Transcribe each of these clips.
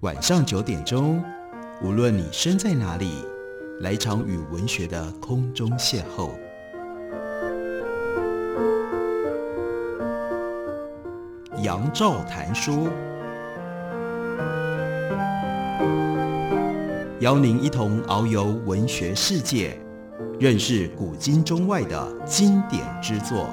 晚上9点钟，无论你身在哪里，来场与文学的空中邂逅。杨照谈书，邀您一同遨游文学世界，认识古今中外的经典之作。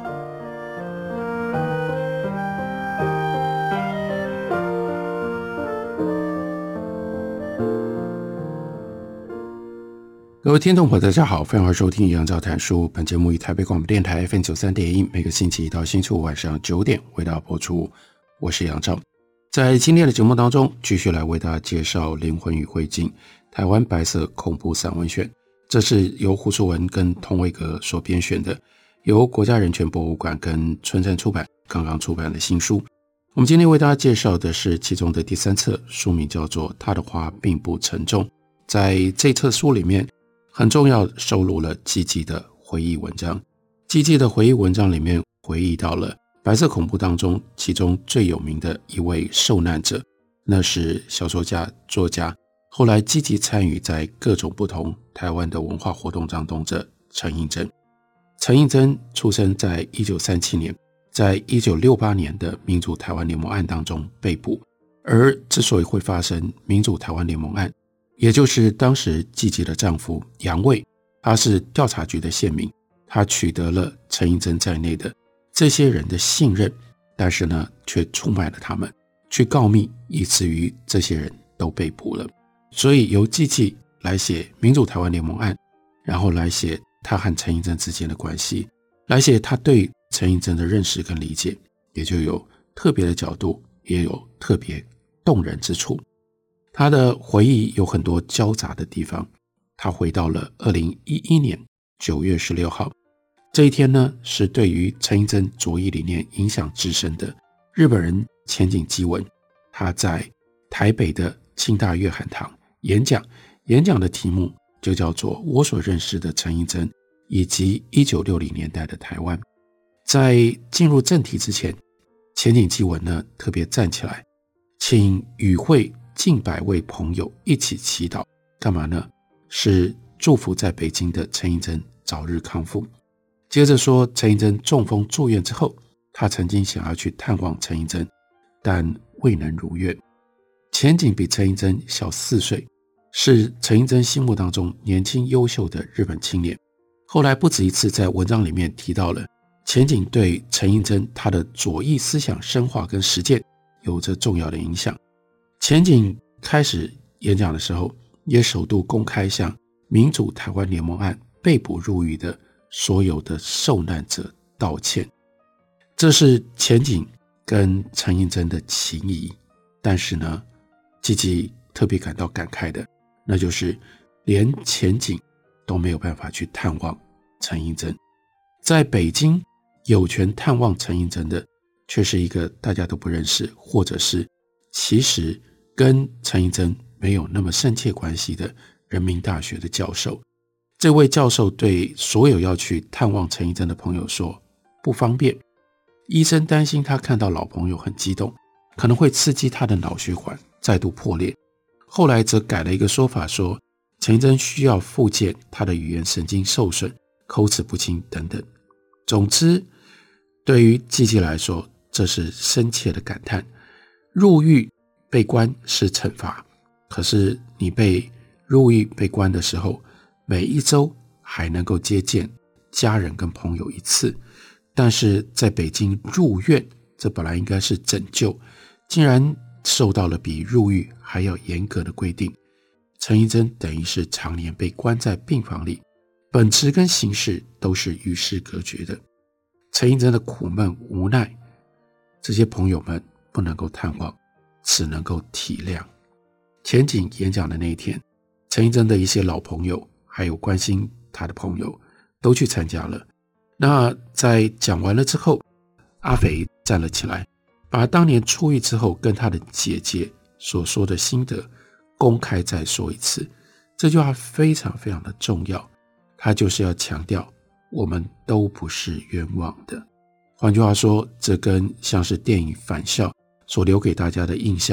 各位听众朋友大家好，欢迎收听杨照谈书。本节目以台北广播电台 FM93.1 每个星期一到星期五晚上9点为大家播出。我是杨照。在今天的节目当中，继续来为大家介绍《灵魂与灰烬》台湾白色恐怖散文选。这是由胡淑文跟童维格所编选的，由国家人权博物馆跟春山出版刚刚出版的新书。我们今天为大家介绍的是其中的第3册，书名叫做《它的花并不沉重》。在这册书里面很重要收录了季季的回忆文章。季季的回忆文章里面回忆到了白色恐怖当中其中最有名的一位受难者，那是小说家作家，后来积极参与在各种不同台湾的文化活动当中的陈映真。陈映真出生在1937年，在1968年的民主台湾联盟案当中被捕。而之所以会发生民主台湾联盟案，也就是当时季季的丈夫杨卫，他是调查局的县民，他取得了陈映真在内的这些人的信任，但是呢却出卖了他们，去告密，以至于这些人都被捕了。所以由季季来写民主台湾联盟案，然后来写他和陈映真之间的关系，来写他对陈映真的认识跟理解，也就有特别的角度，也有特别动人之处。他的回忆有很多交杂的地方。他回到了2011年9月16号，这一天呢，是对于陈映真左翼理念影响至深的日本人前井基文，他在台北的清大月涵堂演讲的题目就叫做我所认识的陈映真以及1960年代的台湾。在进入正题之前，前井基文呢特别站起来，请与会近100位朋友一起祈祷，干嘛呢？是祝福在北京的陈映真早日康复。接着说，陈映真中风住院之后，他曾经想要去探望陈映真，但未能如愿。前景比陈映真小4岁，是陈映真心目当中年轻优秀的日本青年。后来不止一次在文章里面提到了前景对陈映真他的左翼思想深化跟实践有着重要的影响。前景开始演讲的时候，也首度公开向民主台湾联盟案被捕入狱的所有的受难者道歉。这是前景跟陈映真的情谊。但是呢，季季特别感到感慨的，那就是连前景都没有办法去探望陈映真。在北京有权探望陈映真的，却是一个大家都不认识，或者是其实跟陈映真没有那么深切关系的人民大学的教授。这位教授对所有要去探望陈映真的朋友说不方便，医生担心他看到老朋友很激动，可能会刺激他的脑血管再度破裂。后来则改了一个说法，说陈映真需要复健，他的语言神经受损，口齿不清等等。总之，对于季季来说，这是深切的感叹。入狱被关是惩罚，可是你被入狱被关的时候，每一周还能够接见家人跟朋友1次，但是在北京入院，这本来应该是拯救，竟然受到了比入狱还要严格的规定。陈映真等于是常年被关在病房里，本质跟形式都是与世隔绝的。陈映真的苦闷无奈，这些朋友们不能够探望，只能够体谅。前景演讲的那一天，陈映真的一些老朋友还有关心他的朋友都去参加了。那在讲完了之后，阿肥站了起来，把当年出狱之后跟他的姐姐所说的心得公开再说一次。这句话非常非常的重要，他就是要强调我们都不是冤枉的。换句话说，这跟像是电影《返校》所留给大家的印象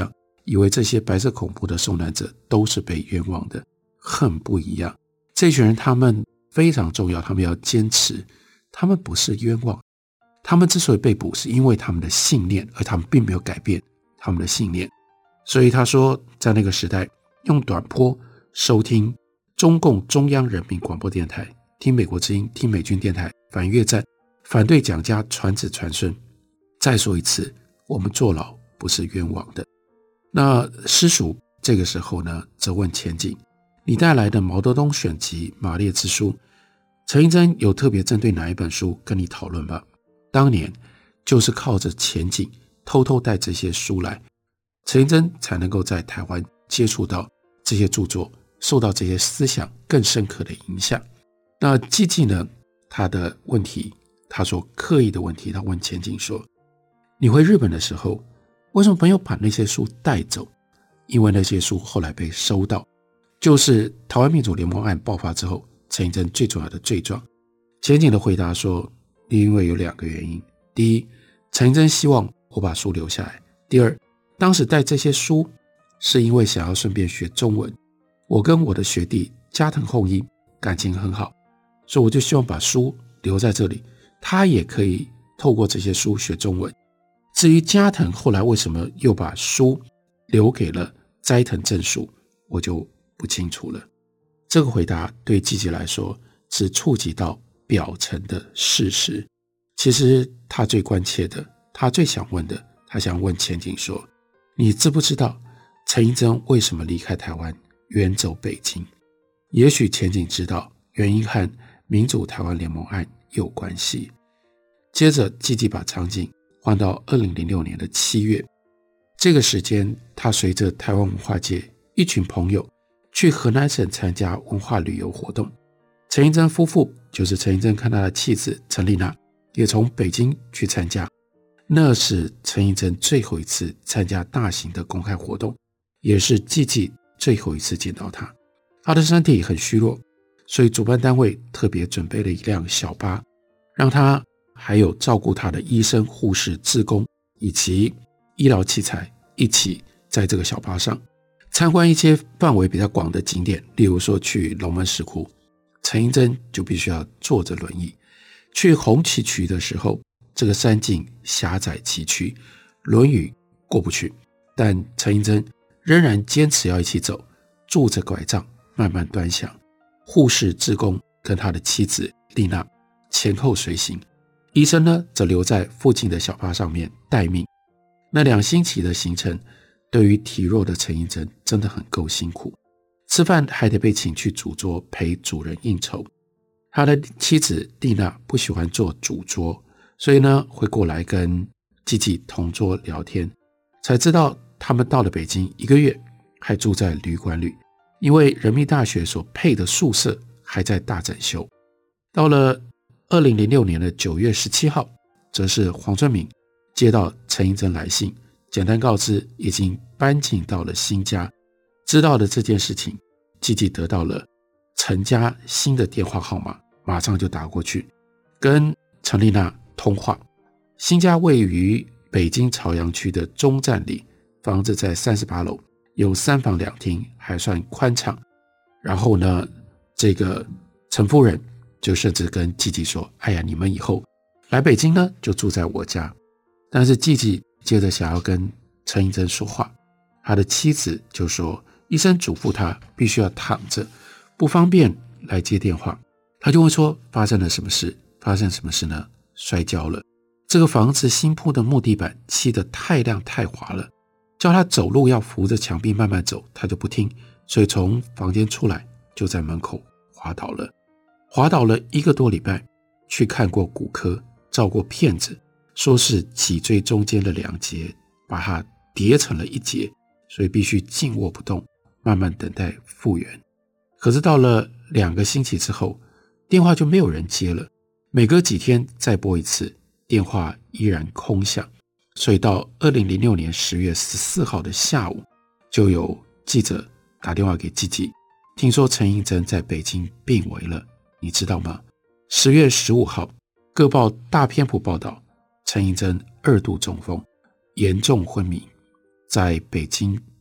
以为这些白色恐怖的受难者都是被冤枉的，很不一样。这群人他们非常重要，他们要坚持，他们不是冤枉，他们之所以被捕是因为他们的信念，而他们并没有改变他们的信念。所以他说，在那个时代，用短波收听中共中央人民广播电台，听美国之音，听美军电台，反越战，反对蒋家，传子传孙。再说一次，我们坐牢不是冤枉的。那师叔这个时候呢，则问前景，你带来的毛泽东选集马列之书，陈寅真有特别针对哪一本书跟你讨论吧？当年就是靠着前景偷偷带这些书来，陈寅真才能够在台湾接触到这些著作，受到这些思想更深刻的影响。那季季呢，他的问题，他说刻意的问题，他问前景说，你回日本的时候为什么没有把那些书带走？因为那些书后来被收到，就是台湾民主联盟案爆发之后，陈寅真最重要的罪状。前景的回答说，因为有2个原因。第一，陈寅真希望我把书留下来。第二，当时带这些书是因为想要顺便学中文，我跟我的学弟加藤弘一感情很好，所以我就希望把书留在这里，他也可以透过这些书学中文。至于加藤后来为什么又把书留给了斋藤正树，我就不清楚了。这个回答对季季来说只触及到表层的事实，其实他最关切的，他最想问的，他想问前景说，你知不知道陈寅真为什么离开台湾远走北京？也许前景知道，原因和民主台湾联盟案有关系。接着季季把场景换到2006年的7月，这个时间他随着台湾文化界一群朋友去河南省参加文化旅游活动。陈寅真夫妇，就是陈寅真看他的妻子陈丽娜，也从北京去参加。那是陈寅真最后一次参加大型的公开活动，也是季季最后一次见到他。他的身体很虚弱，所以主办单位特别准备了一辆小巴，让他还有照顾他的医生、护士、志工以及医疗器材一起在这个小巴上参观一些范围比较广的景点，例如说去龙门石窟，陈寅真就必须要坐着轮椅。去红旗渠的时候，这个山径狭窄崎岖，轮椅过不去，但陈寅真仍然坚持要一起走，拄着拐杖慢慢端详。护士、志工跟他的妻子丽娜前后随行，医生呢则留在附近的小巴上面待命。那2星期的行程，对于体弱的陈寅真真的很够辛苦，吃饭还得被请去主桌陪主人应酬。他的妻子丽娜不喜欢做主桌，所以呢会过来跟季季同桌聊天，才知道他们到了北京1个月，还住在旅馆里，因为人民大学所配的宿舍还在大整修。到了2006年的9月17号，则是黄春明接到陈寅真来信，简单告知已经搬进到了新家。知道了这件事情，季季得到了陈家新的电话号码，马上就打过去跟陈丽娜通话。新家位于北京朝阳区的中站里，房子在38楼，有3房2厅，还算宽敞。然后呢，这个陈夫人就甚至跟季季说，哎呀，你们以后来北京呢就住在我家。但是季季接着想要跟陈寅真说话，他的妻子就说医生嘱咐他必须要躺着，不方便来接电话。他就会说发生了什么事？发生什么事呢？摔跤了。这个房子新铺的木地板漆得太亮太滑了，叫他走路要扶着墙壁慢慢走，他就不听，所以从房间出来就在门口滑倒了。滑倒了1个多礼拜，去看过骨科，照过片子，说是脊椎中间的2节把它叠成了1节，所以必须静卧不动，慢慢等待复原。可是到了2个星期之后，电话就没有人接了，每隔几天再拨一次，电话依然空响。所以到2006年10月14号的下午，就有记者打电话给季季，听说陈寅真在北京病危了，你知道吗？10月15号，各报大篇幅报道陈寅真2度中风，严重昏迷，在北京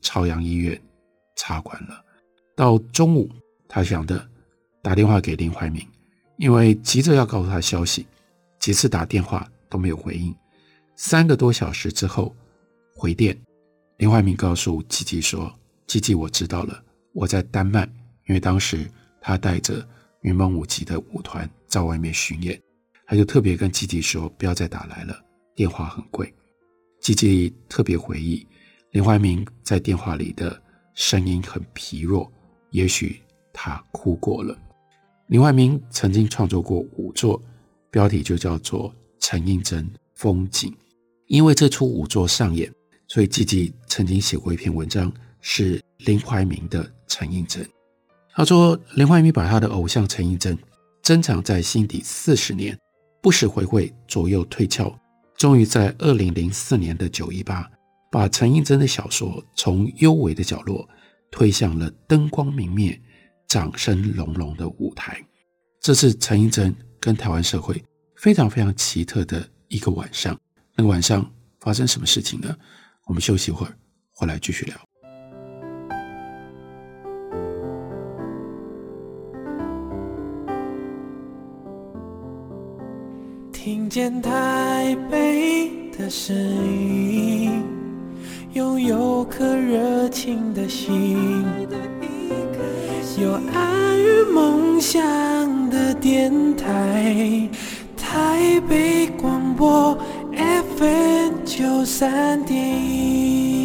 朝阳医院插管了。到中午，他想的打电话给林怀民，因为急着要告诉他消息，几次打电话都没有回应。3个多小时之后回电，林怀民告诉季季说，季季我知道了，我在丹麦，因为当时他带着云门舞集的舞团在外面巡演，他就特别跟季季说不要再打来了，电话很贵。季季特别回忆林怀民在电话里的声音很疲弱，也许他哭过了。林怀民曾经创作过舞作，标题就叫做陈映真风景。因为这出舞作上演，所以季季曾经写过一篇文章，是林怀民的陈映真。他说林怀民把他的偶像陈映真珍藏在心底40年，不时回味，左右推敲，终于在2004年的918把陈映真的小说从幽微的角落推向了灯光明灭、掌声隆隆的舞台。这是陈映真跟台湾社会非常非常奇特的一个晚上。那个晚上发生什么事情呢？我们休息一会儿，回来继续聊。 听见台北的声音，拥有颗热情的心，有爱与梦想的电台，台北广播 FM 93.1。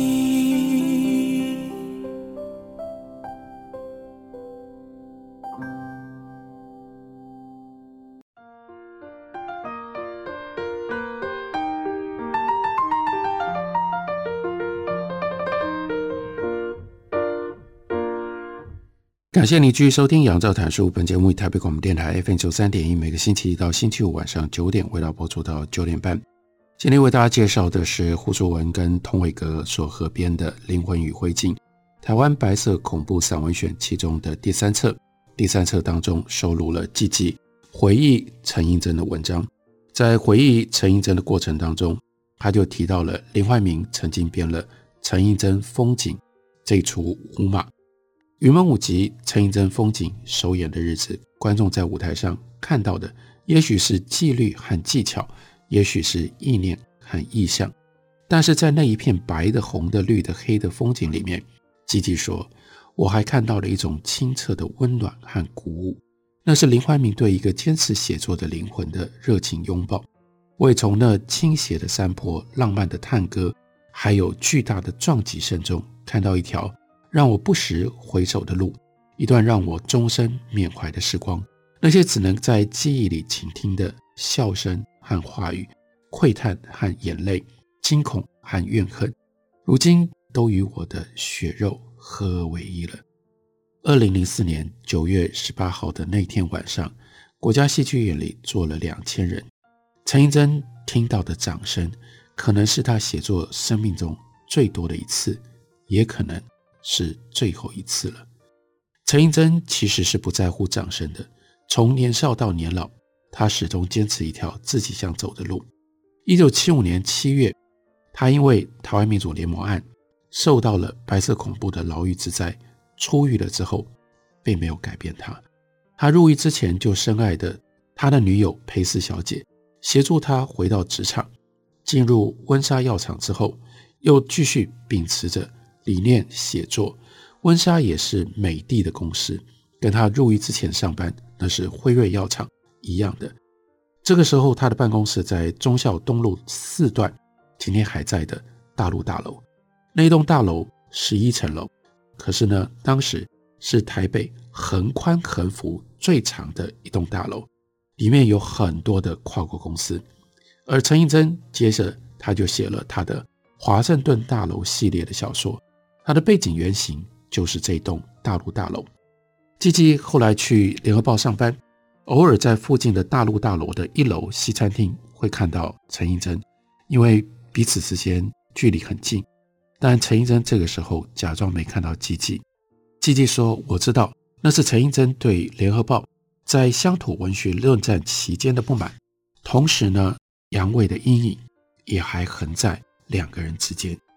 感谢你继续收听杨照谈书，本节目以台北广播电台 FM 93.1每个星期一到星期五晚上9点为大家播出到9点半。今天为大家介绍的是胡卓文跟童伟格所合编的《灵魂与灰烬》，台湾白色恐怖散文选其中的第3册。第3册当中收录了季季回忆陈映真的文章。在回忆陈映真的过程当中，他就提到了林怀民曾经编了陈映真风景这出舞马。云门舞集陈映真风景首演的日子，观众在舞台上看到的也许是纪律和技巧，也许是意念和意象，但是在那一片白的、红的、绿的、黑的风景里面，季季说我还看到了一种清澈的温暖和鼓舞，那是林怀民对一个坚持写作的灵魂的热情拥抱。我也从那倾斜的山坡、浪漫的探戈，还有巨大的撞击声中看到一条让我不时回首的路，一段让我终身缅怀的时光。那些只能在记忆里倾听的笑声和话语，喟叹和眼泪，惊恐和怨恨，如今都与我的血肉合而为一了。2004年9月18号的那天晚上，国家戏剧院里坐了2000人。陈映真听到的掌声，可能是他写作生命中最多的一次，也可能是最后一次了。陈映真其实是不在乎掌声的，从年少到年老，他始终坚持一条自己想走的路。1975年7月，他因为台湾民主联盟案受到了白色恐怖的牢狱之灾，出狱了之后并没有改变他。他入狱之前就深爱的他的女友裴氏小姐，协助他回到职场。进入温莎药厂之后，又继续秉持着理念写作。温莎也是美的的公司，跟他入狱之前上班那是辉瑞药厂一样的。这个时候他的办公室在忠孝东路4段今天还在的大陆大楼，那一栋大楼11层楼，可是呢当时是台北横宽横幅最长的一栋大楼，里面有很多的跨国公司。而陈映真接着他就写了他的华盛顿大楼系列的小说，他的背景原型就是这栋大陆大楼。季季后来去联合报上班，偶尔在附近的大陆大楼的1楼西餐厅会看到陈映真，因为彼此之间距离很近。但陈映真这个时候假装没看到季季。季季说我知道那是陈映真对联合报在乡土文学论战期间的不满，同时呢杨卫的阴影也还横在2个人之间。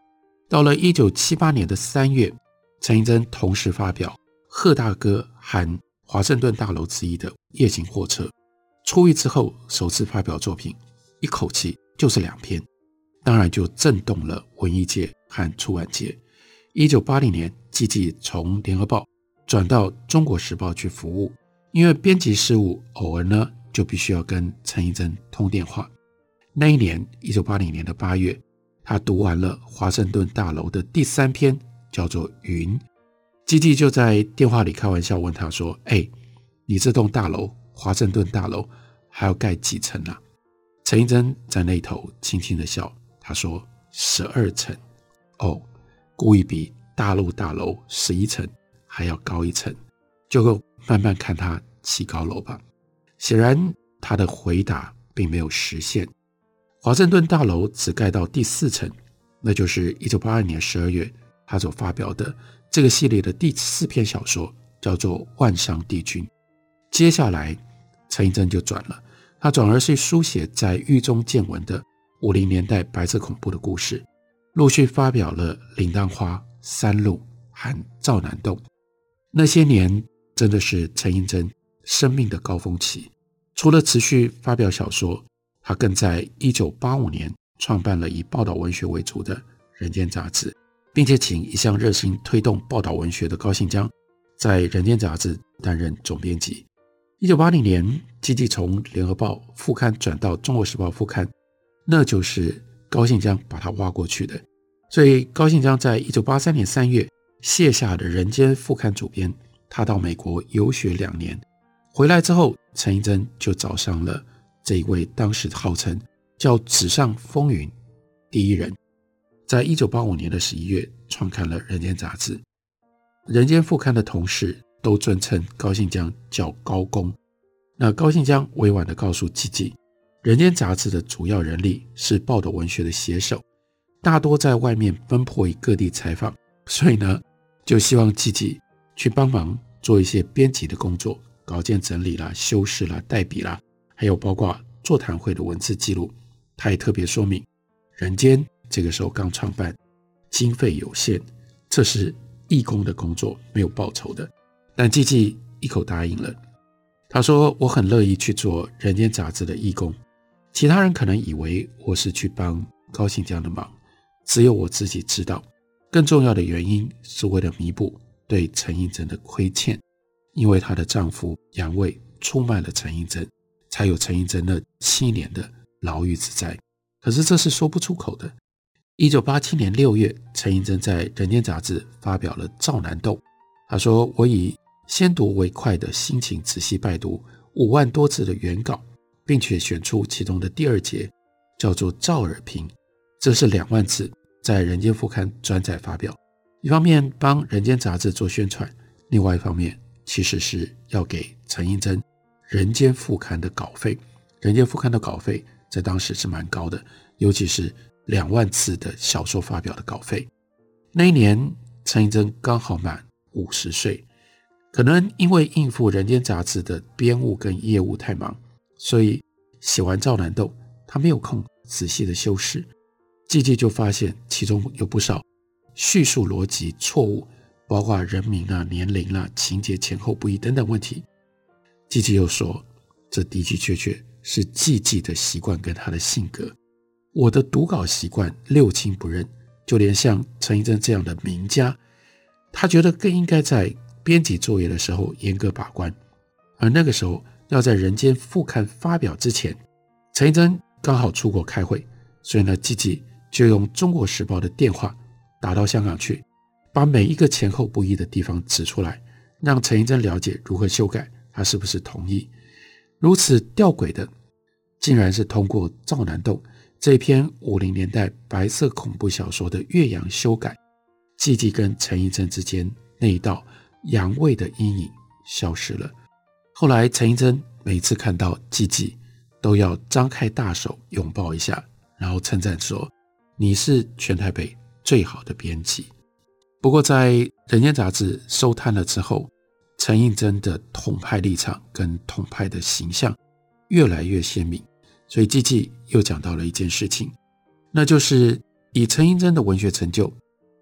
到了1978年的3月，陈映真同时发表贺大哥和华盛顿大楼之一的夜行货车，出狱之后首次发表作品，一口气就是2篇，当然就震动了文艺界和出版界。1980年，季季从联合报转到中国时报去服务，因为编辑事务偶尔呢就必须要跟陈映真通电话。那一年1980年的8月，他读完了华盛顿大楼的第3篇，叫做云。季季就在电话里开玩笑问他说，你这栋大楼华盛顿大楼还要盖几层啊？陈映真在那头轻轻的笑，他说12层。故意比大陆大楼11层还要高1层，就慢慢看他起高楼吧。显然他的回答并没有实现。华盛顿大楼只盖到第4层，那就是1982年12月他所发表的这个系列的第4篇小说，叫做《万商帝君》。接下来陈映真就转了，他转而是书写在狱中见闻的50年代白色恐怖的故事，陆续发表了《铃铛花》、《山路》和《赵南洞》。那些年真的是陈映真生命的高峰期，除了持续发表小说，他更在1985年创办了以报道文学为主的《人间》杂志，并且请一向热心推动报道文学的高信疆在《人间》杂志担任总编辑。1980年，季季从联合报副刊转到中国时报副刊，那就是高信疆把他挖过去的。所以高信疆在1983年3月卸下了《人间》副刊主编，他到美国游学2年，回来之后，陈映真就找上了这一位当时号称叫纸上风云第一人，在1985年的11月创刊了《人间》杂志。《人间》副刊的同事都尊称高信疆叫高公。那高信疆委婉地告诉季季，《人间》杂志的主要人力是报道文学的写手，大多在外面奔波于各地采访，所以呢，就希望季季去帮忙做一些编辑的工作，稿件整理啦、修饰啦、代笔啦，还有包括座谈会的文字记录。他也特别说明，《人间》这个时候刚创办，经费有限，这是义工的工作，没有报酬的。但季季一口答应了，他说我很乐意去做《人间》杂志的义工，其他人可能以为我是去帮高信疆的忙，只有我自己知道，更重要的原因是为了弥补对陈映真的亏欠，因为她的丈夫杨卫出卖了陈映真，才有陈映真那7年的牢狱之灾。可是这是说不出口的。1987年6月，陈映真在《人间》杂志发表了《赵南洞》，他说我以先读为快的心情仔细拜读5万多字的原稿，并且选出其中的第2节叫做赵尔评，这是2万字，在《人间》副刊转载发表。一方面帮《人间》杂志做宣传，另外一方面其实是要给陈映真《人间》副刊的稿费。《人间》副刊的稿费在当时是蛮高的，尤其是2万字的小说发表的稿费。那一年陈映真刚好满50岁，可能因为应付《人间》杂志的编务跟业务太忙，所以写完《赵南洞》他没有空仔细的修饰。季季就发现其中有不少叙述逻辑错误，包括人名啊、年龄啊、情节前后不一等等问题。季季又说，这的的确确是季季的习惯跟他的性格。我的读稿习惯六亲不认，就连像陈映真这样的名家，他觉得更应该在编辑作业的时候严格把关。而那个时候要在《人间》副刊发表之前，陈映真刚好出国开会，所以呢，季季就用《中国时报》的电话打到香港去，把每一个前后不一的地方指出来，让陈映真了解如何修改，他是不是同意。如此吊诡的，竟然是通过《赵南洞》这篇50年代白色恐怖小说的岳阳修改，季季跟陈映真之间那一道杨卫的阴影消失了。后来陈映真每次看到季季都要张开大手拥抱一下，然后称赞说，你是全台北最好的编辑。不过在《人间》杂志收摊了之后，陈映真的统派立场跟统派的形象越来越鲜明，所以季季又讲到了一件事情，那就是以陈映真的文学成就，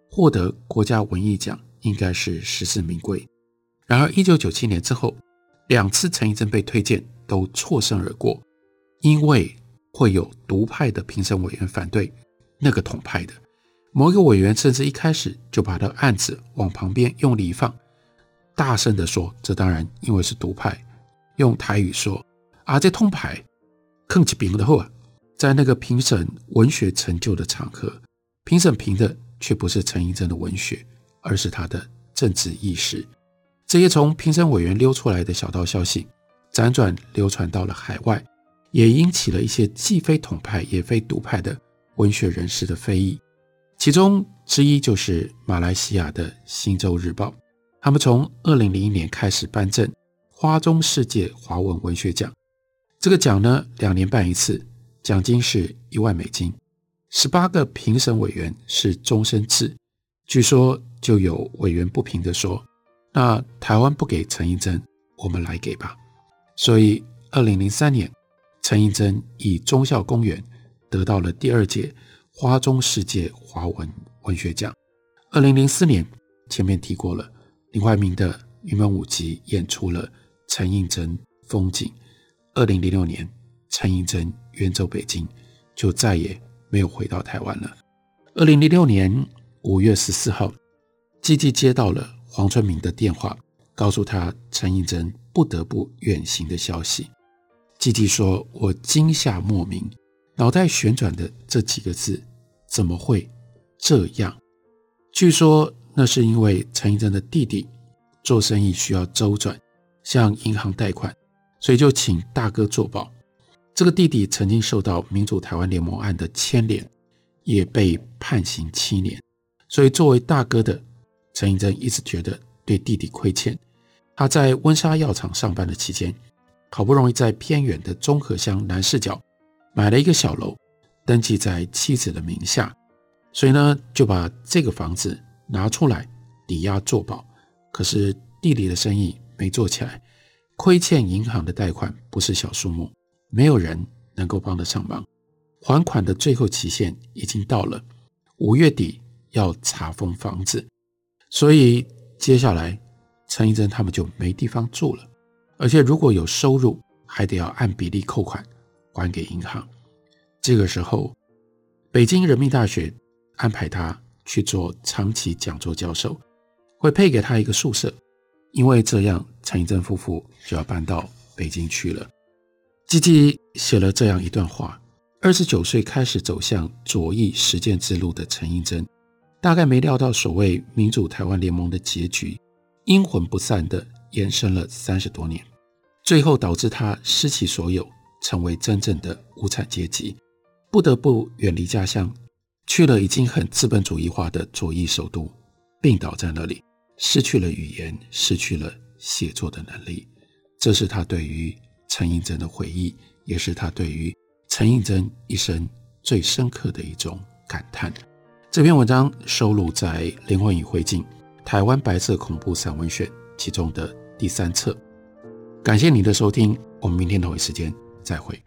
获得国家文艺奖应该是实至名归。然而1997年之后，2次陈映真被推荐都错身而过，因为会有独派的评审委员反对那个统派的。某一个委员甚至一开始就把他的案子往旁边用力一放，大声地说，这当然因为是独派，用台语说这通牌坑起饼的后在那个评审文学成就的场合，评审评的却不是陈映真的文学，而是他的政治意识。这些从评审委员溜出来的小道消息辗转流传到了海外，也引起了一些既非统派也非独派的文学人士的非议。其中之一就是马来西亚的新洲日报，他们从2001年开始颁赠华中世界华文文学奖。这个奖呢，2年办一次，奖金是1万美金，18个评审委员是终身制。据说就有委员不平地说，那台湾不给陈映真，我们来给吧。所以2003年，陈映真以忠孝公园得到了第2届华中世界华文文学奖。2004年，前面提过了，林怀民的云门舞集演出了陈映真风景。2006年，陈映真远走北京，就再也没有回到台湾了。2006年5月14号，季季接到了黄春明的电话，告诉他陈映真不得不远行的消息。季季说，我惊吓莫名，脑袋旋转的这几个字，怎么会这样？据说那是因为陈映真的弟弟做生意需要周转，向银行贷款，所以就请大哥作保。这个弟弟曾经受到民主台湾联盟案的牵连，也被判刑7年。所以作为大哥的陈映真一直觉得对弟弟亏欠。他在温莎药厂上班的期间，好不容易在偏远的中和乡南市角买了一个小楼，登记在妻子的名下，所以呢，就把这个房子拿出来抵押作保。可是弟弟的生意没做起来，亏欠银行的贷款不是小数目，没有人能够帮得上忙。还款的最后期限已经到了，5月底要查封房子，所以接下来陈映真他们就没地方住了，而且如果有收入，还得要按比例扣款还给银行。这个时候，北京人民大学安排他去做长期讲座教授，会配给他一个宿舍，因为这样陈映真夫妇就要搬到北京去了。季季写了这样一段话：29岁开始走向左翼实践之路的陈映真，大概没料到所谓民主台湾联盟的结局阴魂不散地延伸了30多年，最后导致他失其所有，成为真正的无产阶级，不得不远离家乡，去了已经很资本主义化的左翼首都，病倒在那里，失去了语言，失去了写作的能力。这是他对于陈映真的回忆，也是他对于陈映真一生最深刻的一种感叹。这篇文章收录在《灵魂与灰烬：台湾白色恐怖散文选》其中的第3册。感谢你的收听，我们明天同一时间再会。